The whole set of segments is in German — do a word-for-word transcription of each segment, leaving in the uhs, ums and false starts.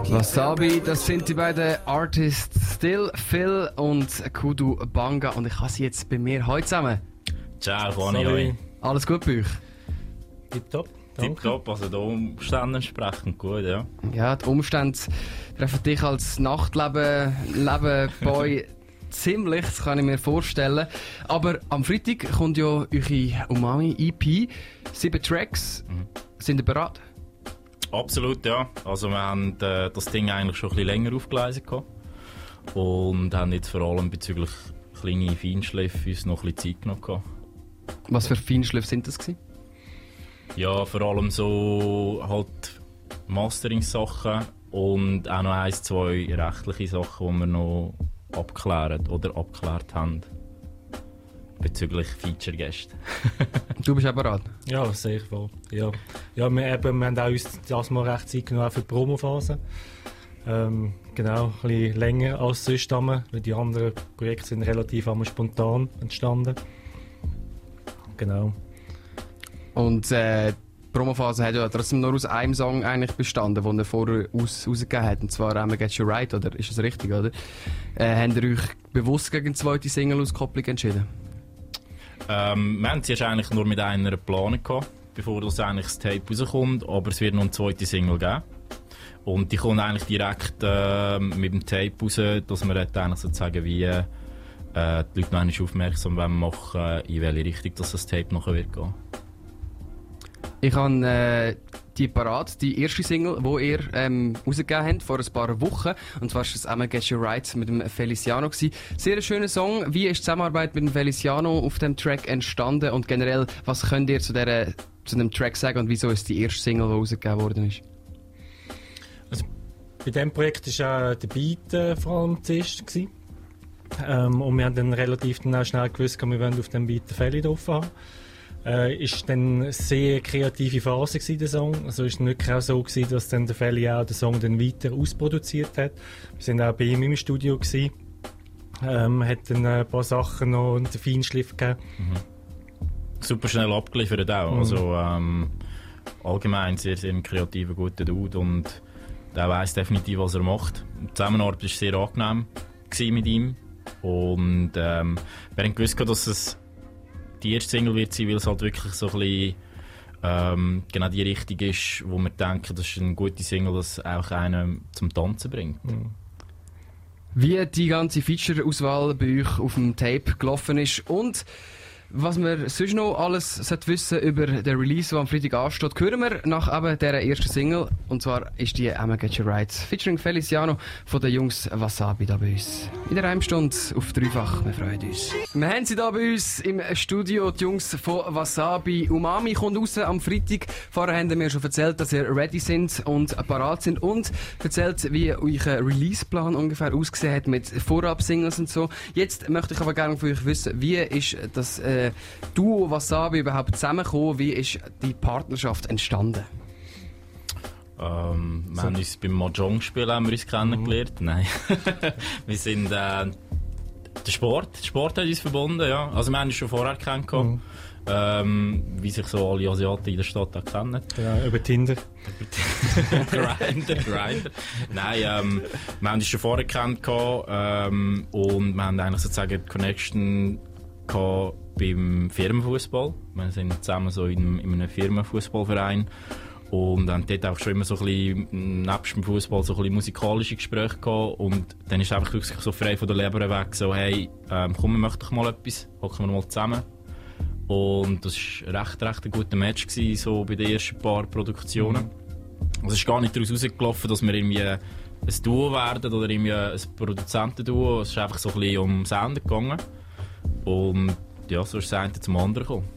Wasabi, das sind die beiden Artists Still, Phil und Kudu Banga. Und ich habe sie jetzt bei mir heute zusammen. Ciao, Conny. Alles gut bei euch? Tipptopp. Tipptopp, also die Umstände entsprechend gut, ja. Ja, die Umstände treffen dich als Nachtleben-Boy ziemlich, das kann ich mir vorstellen. Aber am Freitag kommt ja eure Umami-E P. Sieben Tracks. Mhm. Sind ihr bereit? Absolut, ja. Also wir haben äh, das Ding eigentlich schon ein bisschen länger aufgeleistet gehabt. Und haben jetzt vor allem bezüglich kleine Feinschläfe uns noch ein bisschen Zeit genommen gehabt. Was für Feinschläfe sind das gewesen? Ja, vor allem so halt Mastering-Sachen und auch noch ein, zwei rechtliche Sachen, die wir noch abklären oder abgeklärt haben. Bezüglich Feature-Gäste. Du bist auch bereit? Ja, sehr wohl. Ja. Ja, wir, eben, wir haben auch uns das mal recht Zeit genommen für die Promophase. Ähm, genau, ein bisschen länger als sonst, weil die anderen Projekte sind relativ spontan entstanden. Genau. Und äh, die Promophase hat ja trotzdem nur aus einem Song eigentlich bestanden, den ihr vorher aus, rausgegeben habt, und zwar «I'ma Get You Right», oder? Ist das richtig, oder? Äh, habt ihr euch bewusst gegen die zweite Single-Auskopplung entschieden? Ähm, wir haben zuerst eigentlich nur mit einer geplant gehabt, bevor das, eigentlich das Tape rauskommt, aber es wird noch eine zweite Single geben. Und die kommt eigentlich direkt äh, mit dem Tape raus, dass wir eigentlich sozusagen wie äh, die Leute noch aufmerksam machen, äh, in welche Richtung dass das Tape nachher wird gehen. Ich habe äh, die parat, die erste Single, die ihr ähm, rausgegeben habt, vor ein paar Wochen. Und zwar war das «I'ma Get You Right» mit dem Feliciano gewesen. Sehr ein schöner Song. Wie ist die Zusammenarbeit mit dem Feliciano auf dem Track entstanden? Und generell, was könnt ihr zu, der, zu dem Track sagen und wieso ist die erste Single, die rausgegeben worden ist? Also, bei diesem Projekt war auch der Beat äh, vor allem zuerst. Ähm, und wir haben dann relativ dann auch schnell gewusst, wir wollen auf dem Beat den Feli drauf haben. Äh, ist dann eine sehr kreative Phase gewesen, der Song. Also ist nicht auch so gewesen, dass dann der Feli auch den Song dann weiter ausproduziert hat. Wir sind auch bei ihm im Studio gewesen. Ähm, hat dann ein paar Sachen noch einen Feinschliff gegeben. Mhm. Super schnell abgeliefert auch. Mhm. Also ähm, allgemein sehr, sehr ein kreativer, guter Dude und der weiss definitiv, was er macht. Die Zusammenarbeit war sehr angenehm mit ihm und ähm, wir haben gewusst, dass es die erste Single wird sein, weil es halt wirklich so ein bisschen ähm, genau die Richtung ist, wo wir denken, das ist eine gute Single, das auch einen zum Tanzen bringt. Mhm. Wie die ganze Feature-Auswahl bei euch auf dem Tape gelaufen ist und was wir sonst noch alles wissen über den Release, der am Freitag ansteht, hören wir nach eben dieser ersten Single. Und zwar ist die «I'ma Get You Right» featuring Feliciano von den Jungs Wasabi da bei uns. In der Heimstunde auf dreifach. Wir freuen uns. Wir haben sie da bei uns im Studio, die Jungs von Wasabi. Umami kommt raus am Freitag. Vorher haben wir schon erzählt, dass ihr ready sind und parat sind und erzählt, wie euer Releaseplan ungefähr ausgesehen hat mit Vorab-Singles und so. Jetzt möchte ich aber gerne von euch wissen, wie ist das äh, Duo Wasabi überhaupt zusammengekommen? Wie ist die Partnerschaft entstanden? Ähm, wir so. haben uns beim Mahjong-Spiel haben wir uns kennengelernt. Mhm. Nein. wir sind, äh, der Sport, der Sport hat uns verbunden, ja. Also wir haben uns schon vorher kennengelernt. Mhm. Ähm, wie sich so alle Asiaten in der Stadt auch kennen. Ja, über Tinder. Grindr, Grindr. Nein, ähm, wir haben uns schon vorher kennengelernt, ähm, und wir haben eigentlich sozusagen die Connection gehabt beim Firmenfußball. Wir sind zusammen so in, in einem Firmenfußballverein und haben dort auch schon immer so ein bisschen, nebst dem Fußball, so ein bisschen musikalische Gespräche gehabt. Und dann ist einfach wirklich so frei von der Leber weg, so, hey, ähm, komm, wir möchten doch mal etwas, hocken wir mal zusammen. Und das war recht, recht ein guter Match gewesen, so bei den ersten paar Produktionen. Also es ist gar nicht daraus rausgelaufen, dass wir irgendwie ein Duo werden oder irgendwie ein Produzentenduo. Es ist einfach so ein bisschen ums Ende gegangen. Und ja, so ist das eine zum anderen gekommen.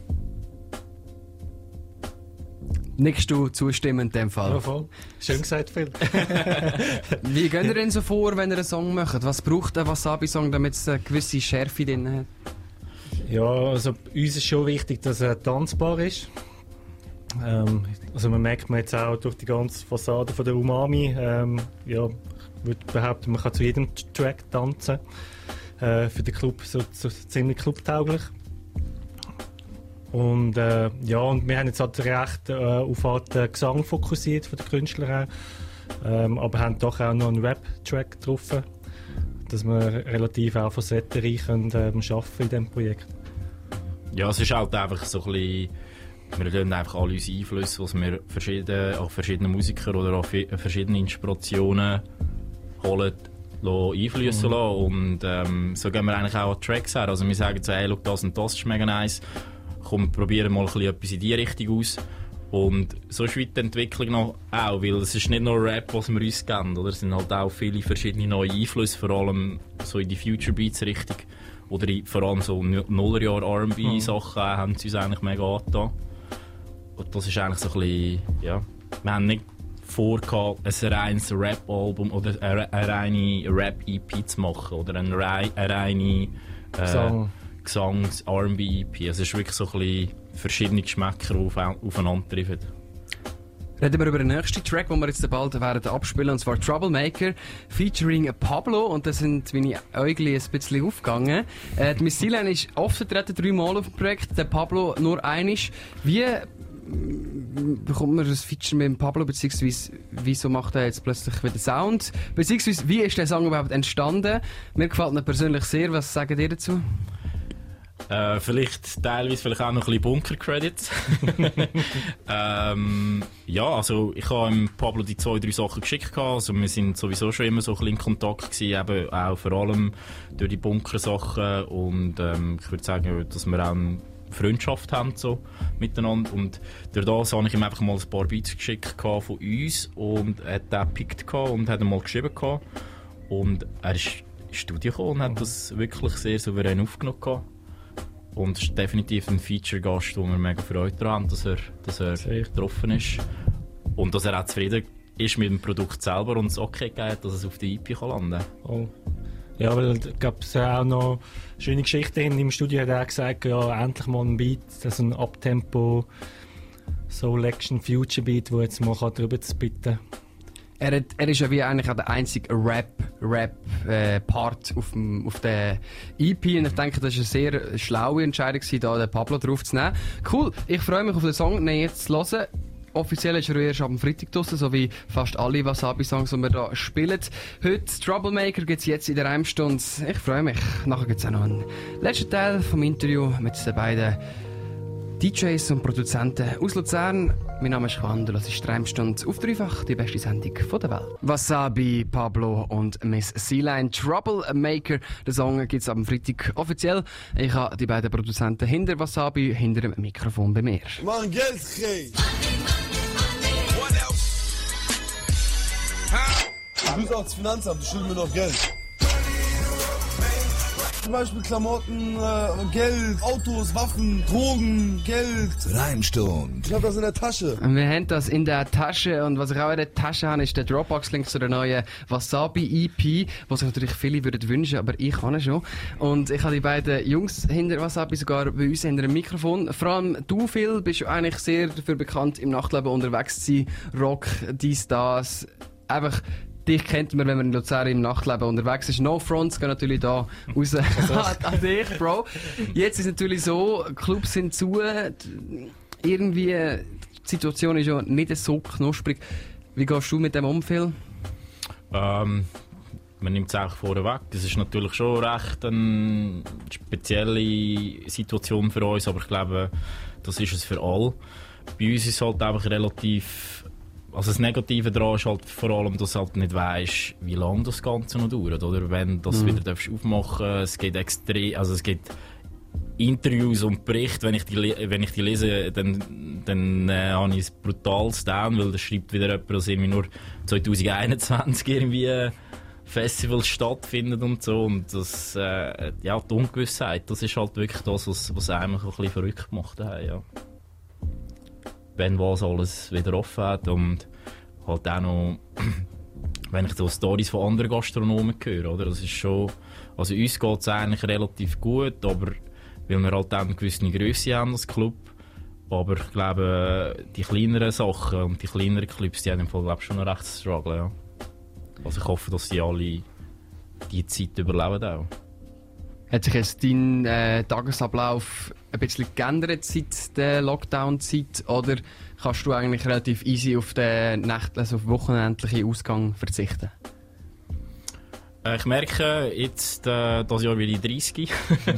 Nickst du zustimmend in dem Fall? Ja, voll. Schön gesagt, Phil. Wie geht ihr denn so vor, wenn ihr einen Song macht? Was braucht ein Wasabi-Song, damit es eine gewisse Schärfe drin hat? Ja, also uns ist schon wichtig, dass er tanzbar ist. Ähm, also man merkt man jetzt auch durch die ganze Fassade von der Umami. Ähm, ja, ich würde behaupten, man kann zu jedem Track tanzen. Äh, für den Club so, so ziemlich clubtauglich. Und äh, ja, und wir haben jetzt halt recht äh, auf halt, äh, Gesang fokussiert von den Künstlern. Ähm, aber haben doch auch noch einen Rap-Track drauf, dass wir relativ auch facettenreich können, ähm, arbeiten in diesem Projekt. Ja, es ist halt einfach so ein bisschen, wir lernen einfach alle unsere Einflüsse, was wir verschiedene, auch verschiedene Musiker oder auch verschiedene Inspirationen holen, einfließen mhm. lassen. Und ähm, so gehen wir eigentlich auch an Tracks her. Also wir sagen so, hey, look, das und das ist mega nice. Komm, wir probieren mal ein bisschen etwas in die Richtung aus. Und so ist die Entwicklung noch auch, weil es ist nicht nur Rap, was wir uns kennen, oder? Es sind halt auch viele verschiedene neue Einflüsse, vor allem so in die Future Beats Richtung. Oder in, vor allem so Nullerjahr R and B Sachen mhm. haben sie uns eigentlich mega angetan. Und das ist eigentlich so ein bisschen, ja, wir haben nicht vor, ein reines Rap-Album oder eine, eine reine Rap-E P zu machen oder eine, rei, eine reine äh, Gesang. Gesangs-R and B-E P. Also es ist wirklich so ein bisschen verschiedene Geschmäcker auf, aufeinandertreffen. Reden wir über den nächsten Track, den wir jetzt bald werden abspielen, und zwar Troublemaker featuring Pablo. Und da sind meine Äugel ein bisschen aufgegangen. Äh, die Miss Sealine ist aufgetreten dreimal auf dem Projekt, der Pablo nur einisch. Wie bekommt man das Feature mit dem Pablo, beziehungsweise wieso macht er jetzt plötzlich wieder Sound? Beziehungsweise wie ist der Song überhaupt entstanden? Mir gefällt ihn persönlich sehr. Was sagen ihr dazu? Äh, vielleicht teilweise vielleicht auch noch ein bisschen Bunker-Credits. ähm, ja, also ich habe dem Pablo die zwei, drei Sachen geschickt. Also wir sind sowieso schon immer so ein bisschen in Kontakt gewesen, eben auch vor allem durch die Bunker-Sachen. Und ähm, ich würde sagen, dass wir auch eine Freundschaft haben so, miteinander. Und durch das habe ich ihm einfach mal ein paar Beats geschickt von uns und er hat den gepickt und hat ihn mal geschrieben. Und er ist ins Studio gekommen und hat das wirklich sehr souverän aufgenommen. Und es ist definitiv ein Feature-Gast, wo wir mega Freude daran haben, dass er, dass er getroffen ist. Und dass er auch zufrieden ist mit dem Produkt selber und es okay geht, dass es auf der E P landen kann. Oh. Ja, weil es gab auch noch schöne Geschichten. Im Studio hat er auch gesagt, ja, endlich mal ein Beat, das ist ein Uptempo Soul Action Future Beat, wo jetzt mal drüber zu bitten. Er, hat, er ist ja wie eigentlich auch der einzige Rap-Part äh, auf, auf der E P. Und ich denke, das war eine sehr schlaue Entscheidung, da den Pablo drauf zu nehmen. Cool, ich freue mich auf den Song, den jetzt zu hören. Offiziell ist er erst am Freitag draussen, so wie fast alle Wasabi-Songs, die wir hier spielen. Heute Troublemaker gibt es jetzt in der einer Stunde. Ich freue mich. Nachher gibt es auch noch einen letzten Teil vom Interview mit den beiden D Js und Produzenten aus Luzern. Mein Name ist Juan, das ist die Reimstunde auf dreifach, die beste Sendung der Welt. Wasabi, Pablo und Miss Sealine, Troublemaker. Den Song gibt es am Freitag offiziell. Ich habe die beiden Produzenten hinter Wasabi, hinter dem Mikrofon bei mir. Mann, Geld kriegen! Du bist auch das Finanzamt, du schuldest mir noch Geld. Zum Beispiel Klamotten, äh, Geld, Autos, Waffen, Drogen, Geld. Reimstund. Ich hab das in der Tasche. Wir haben das in der Tasche und was ich auch in der Tasche habe, ist der Dropbox-Link zu der neuen Wasabi E P, was sich natürlich viele würden wünschen, aber ich kann es schon. Und ich habe die beiden Jungs hinter Wasabi sogar bei uns hinter dem Mikrofon. Vor allem du, Phil, bist ja eigentlich sehr dafür bekannt, im Nachtleben unterwegs zu sein. Rock, dies, das. Einfach... Dich kennt man, wenn man in Luzern im Nachtleben unterwegs ist. No Fronts gehen natürlich da raus an dich, Bro. Jetzt ist es natürlich so, Clubs sind zu. Irgendwie, die Situation ist ja nicht so knusprig. Wie gehst du mit dem um, Phil? Ähm, man nimmt es auch vorweg. Das ist natürlich schon recht eine spezielle Situation für uns, aber ich glaube, das ist es für alle. Bei uns ist es halt einfach relativ... Also das Negative daran ist halt vor allem, dass du halt nicht weisst, wie lange das Ganze noch dauert, oder wenn du das mhm. wieder aufmachen darfst. Es gibt extrem, also es gibt Interviews und Berichte, wenn ich die, wenn ich die lese, dann, dann äh, habe ich es brutal down, weil da schreibt wieder jemand, dass irgendwie nur zwanzig einundzwanzig irgendwie Festivals stattfinden und so. Und das, äh, ja, die Ungewissheit, das ist halt wirklich das, was, was einem ein bisschen verrückt gemacht hat, ja. Wenn was alles wieder offen hat und halt auch noch, wenn ich so Storys von anderen Gastronomen höre, oder? Das ist schon, also uns geht es eigentlich relativ gut, aber weil wir halt auch eine gewisse Grösse haben als Club, aber ich glaube, die kleineren Sachen und die kleineren Clubs, die haben im Fall, glaube ich, schon noch recht zu strugglen, ja. Also ich hoffe, dass sie alle die Zeit überleben auch. Hat sich jetzt dein äh, Tagesablauf ein bisschen geändert seit der Lockdown-Zeit oder kannst du eigentlich relativ easy auf den Nacht-, also auf wochenendlichen Ausgang verzichten? Äh, ich merke jetzt, äh, dieses Jahr bin ich dreißig.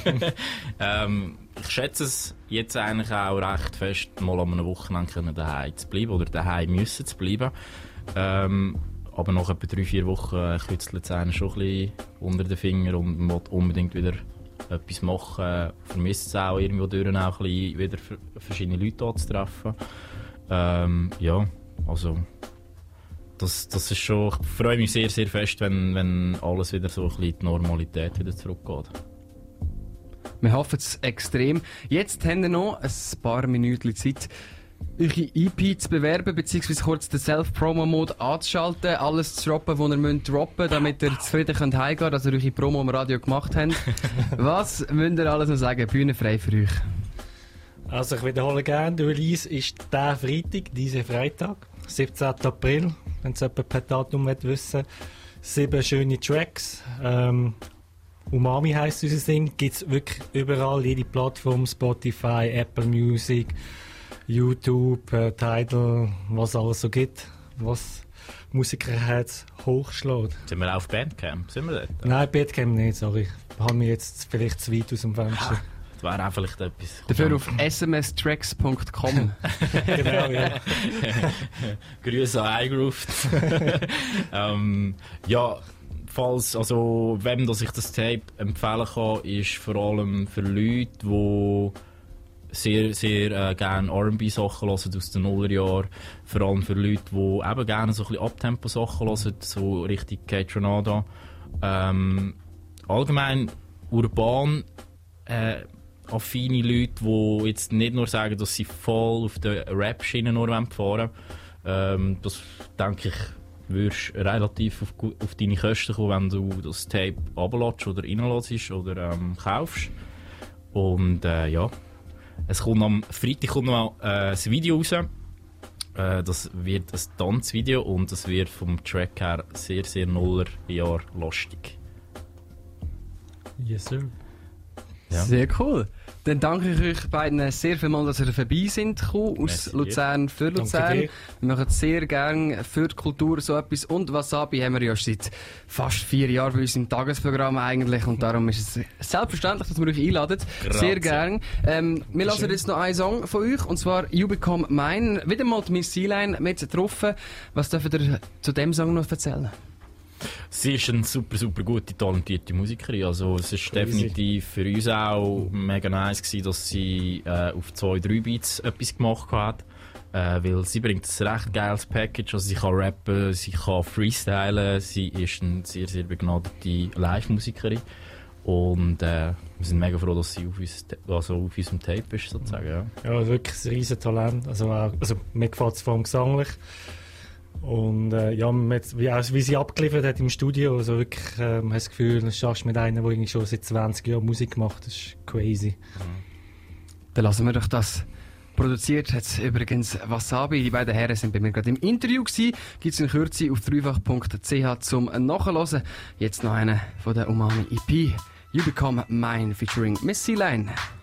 ähm, ich schätze es jetzt eigentlich auch recht fest, mal an einem Wochenende daheim zu bleiben oder daheim müssen zu bleiben. Ähm, aber nach etwa drei, vier Wochen äh, kützelt es einen schon ein bisschen unter den Finger und man will unbedingt wieder etwas machen. Vermisst es auch irgendwo durch, auch ein bisschen wieder verschiedene Leute anzutreffen. Ähm, ja, also das, das ist schon, ich freue mich sehr, sehr fest, wenn, wenn alles wieder so ein bisschen in die Normalität wieder zurückgeht. Wir hoffen es extrem. Jetzt haben wir noch ein paar Minuten Zeit, eure E P zu bewerben, beziehungsweise kurz den Self-Promo-Mode anzuschalten, alles zu droppen, was ihr müsst droppen, damit ihr zufrieden könnt heimgehen könnt, dass ihr eure Promo im Radio gemacht habt. Was müsst ihr alles noch sagen? Bühne frei für euch. Also ich wiederhole gerne, der Release ist der Freitag, dieser Freitag, siebzehnten April, wenn es jemand per Datum wissen will. Sieben schöne Tracks. Ähm, Umami heisst unser Ding, gibt es wirklich überall, jede Plattform, Spotify, Apple Music, YouTube, äh, Tidal, was alles so gibt, was Musikerherz hochschlägt. Sind wir auch auf Bandcamp? Sind wir dort? Nein, Bandcamp nicht, sorry. Haben wir jetzt vielleicht zu weit aus dem Fenster. Das wäre auch vielleicht etwas. Dafür auf s m s tracks punkt com. Genau, ja. Grüße an iGroove. ähm, ja, falls, also, wem das ich das Tape empfehlen kann, ist vor allem für Leute, die sehr, sehr äh, gerne R and B-Sachen hören aus den Nullerjahren. Vor allem für Leute, die eben gerne so ein bisschen Abtempo-Sachen hören, so richtig Kaytranada. Ähm, allgemein urban äh, affine Leute, die jetzt nicht nur sagen, dass sie voll auf der Rap-Schiene nur fahren wollen. Ähm, das denke ich, würdest relativ auf, auf deine Kosten kommen, wenn du das Tape runterlässt oder reinlässt oder ähm, kaufst. Und äh, ja, es kommt am Freitag kommt noch äh, ein Video raus. Äh, das wird ein Tanzvideo und das wird vom Track her sehr, sehr Nullerjahr lustig. Yes, sir. Ja. Sehr cool. Dann danke ich euch beiden sehr vielmals, dass ihr vorbei sind gekommen, aus Merci Luzern für Luzern. dir. Wir machen sehr gerne für die Kultur so etwas. Und Wasabi haben wir ja seit fast vier Jahren bei uns im Tagesprogramm eigentlich. Und darum ist es selbstverständlich, dass wir euch einladen. Grazie. Sehr gerne. Ähm, wir lassen jetzt noch einen Song von euch, und zwar You Become Mine. Wieder mal die Miss Sealine mit drauf. Was dürft ihr zu dem Song noch erzählen? Sie ist eine super, super gute, talentierte Musikerin. Also, es ist definitiv für uns auch mega nice gewesen, dass sie äh, auf zwei, drei Beats etwas gemacht hat. Äh, weil sie bringt ein recht geiles Package. Also, sie kann rappen, sie kann freestylen. Sie ist eine sehr, sehr begnadete Live-Musikerin. Und äh, wir sind mega froh, dass sie auf, uns, also auf unserem Tape ist, sozusagen. Ja, Ja, wirklich ein riesen Talent. Also, auch, also mir gefällt es vor allem gesanglich. Und äh, ja, mit, wie, also, wie sie abgeliefert hat im Studio, also wirklich, äh, man hat das Gefühl, du schaffst mit einer, der schon seit zwanzig Jahren Musik macht, das ist crazy. Dann lassen wir doch das. Produziert hat übrigens Wasabi. Die beiden Herren sind bei mir gerade im Interview gewesen. Gibt es in Kürze auf dreifach punkt c h zum Nachhören. Jetzt noch eine von der Umami E P. You Become Mine featuring Miss Sealine.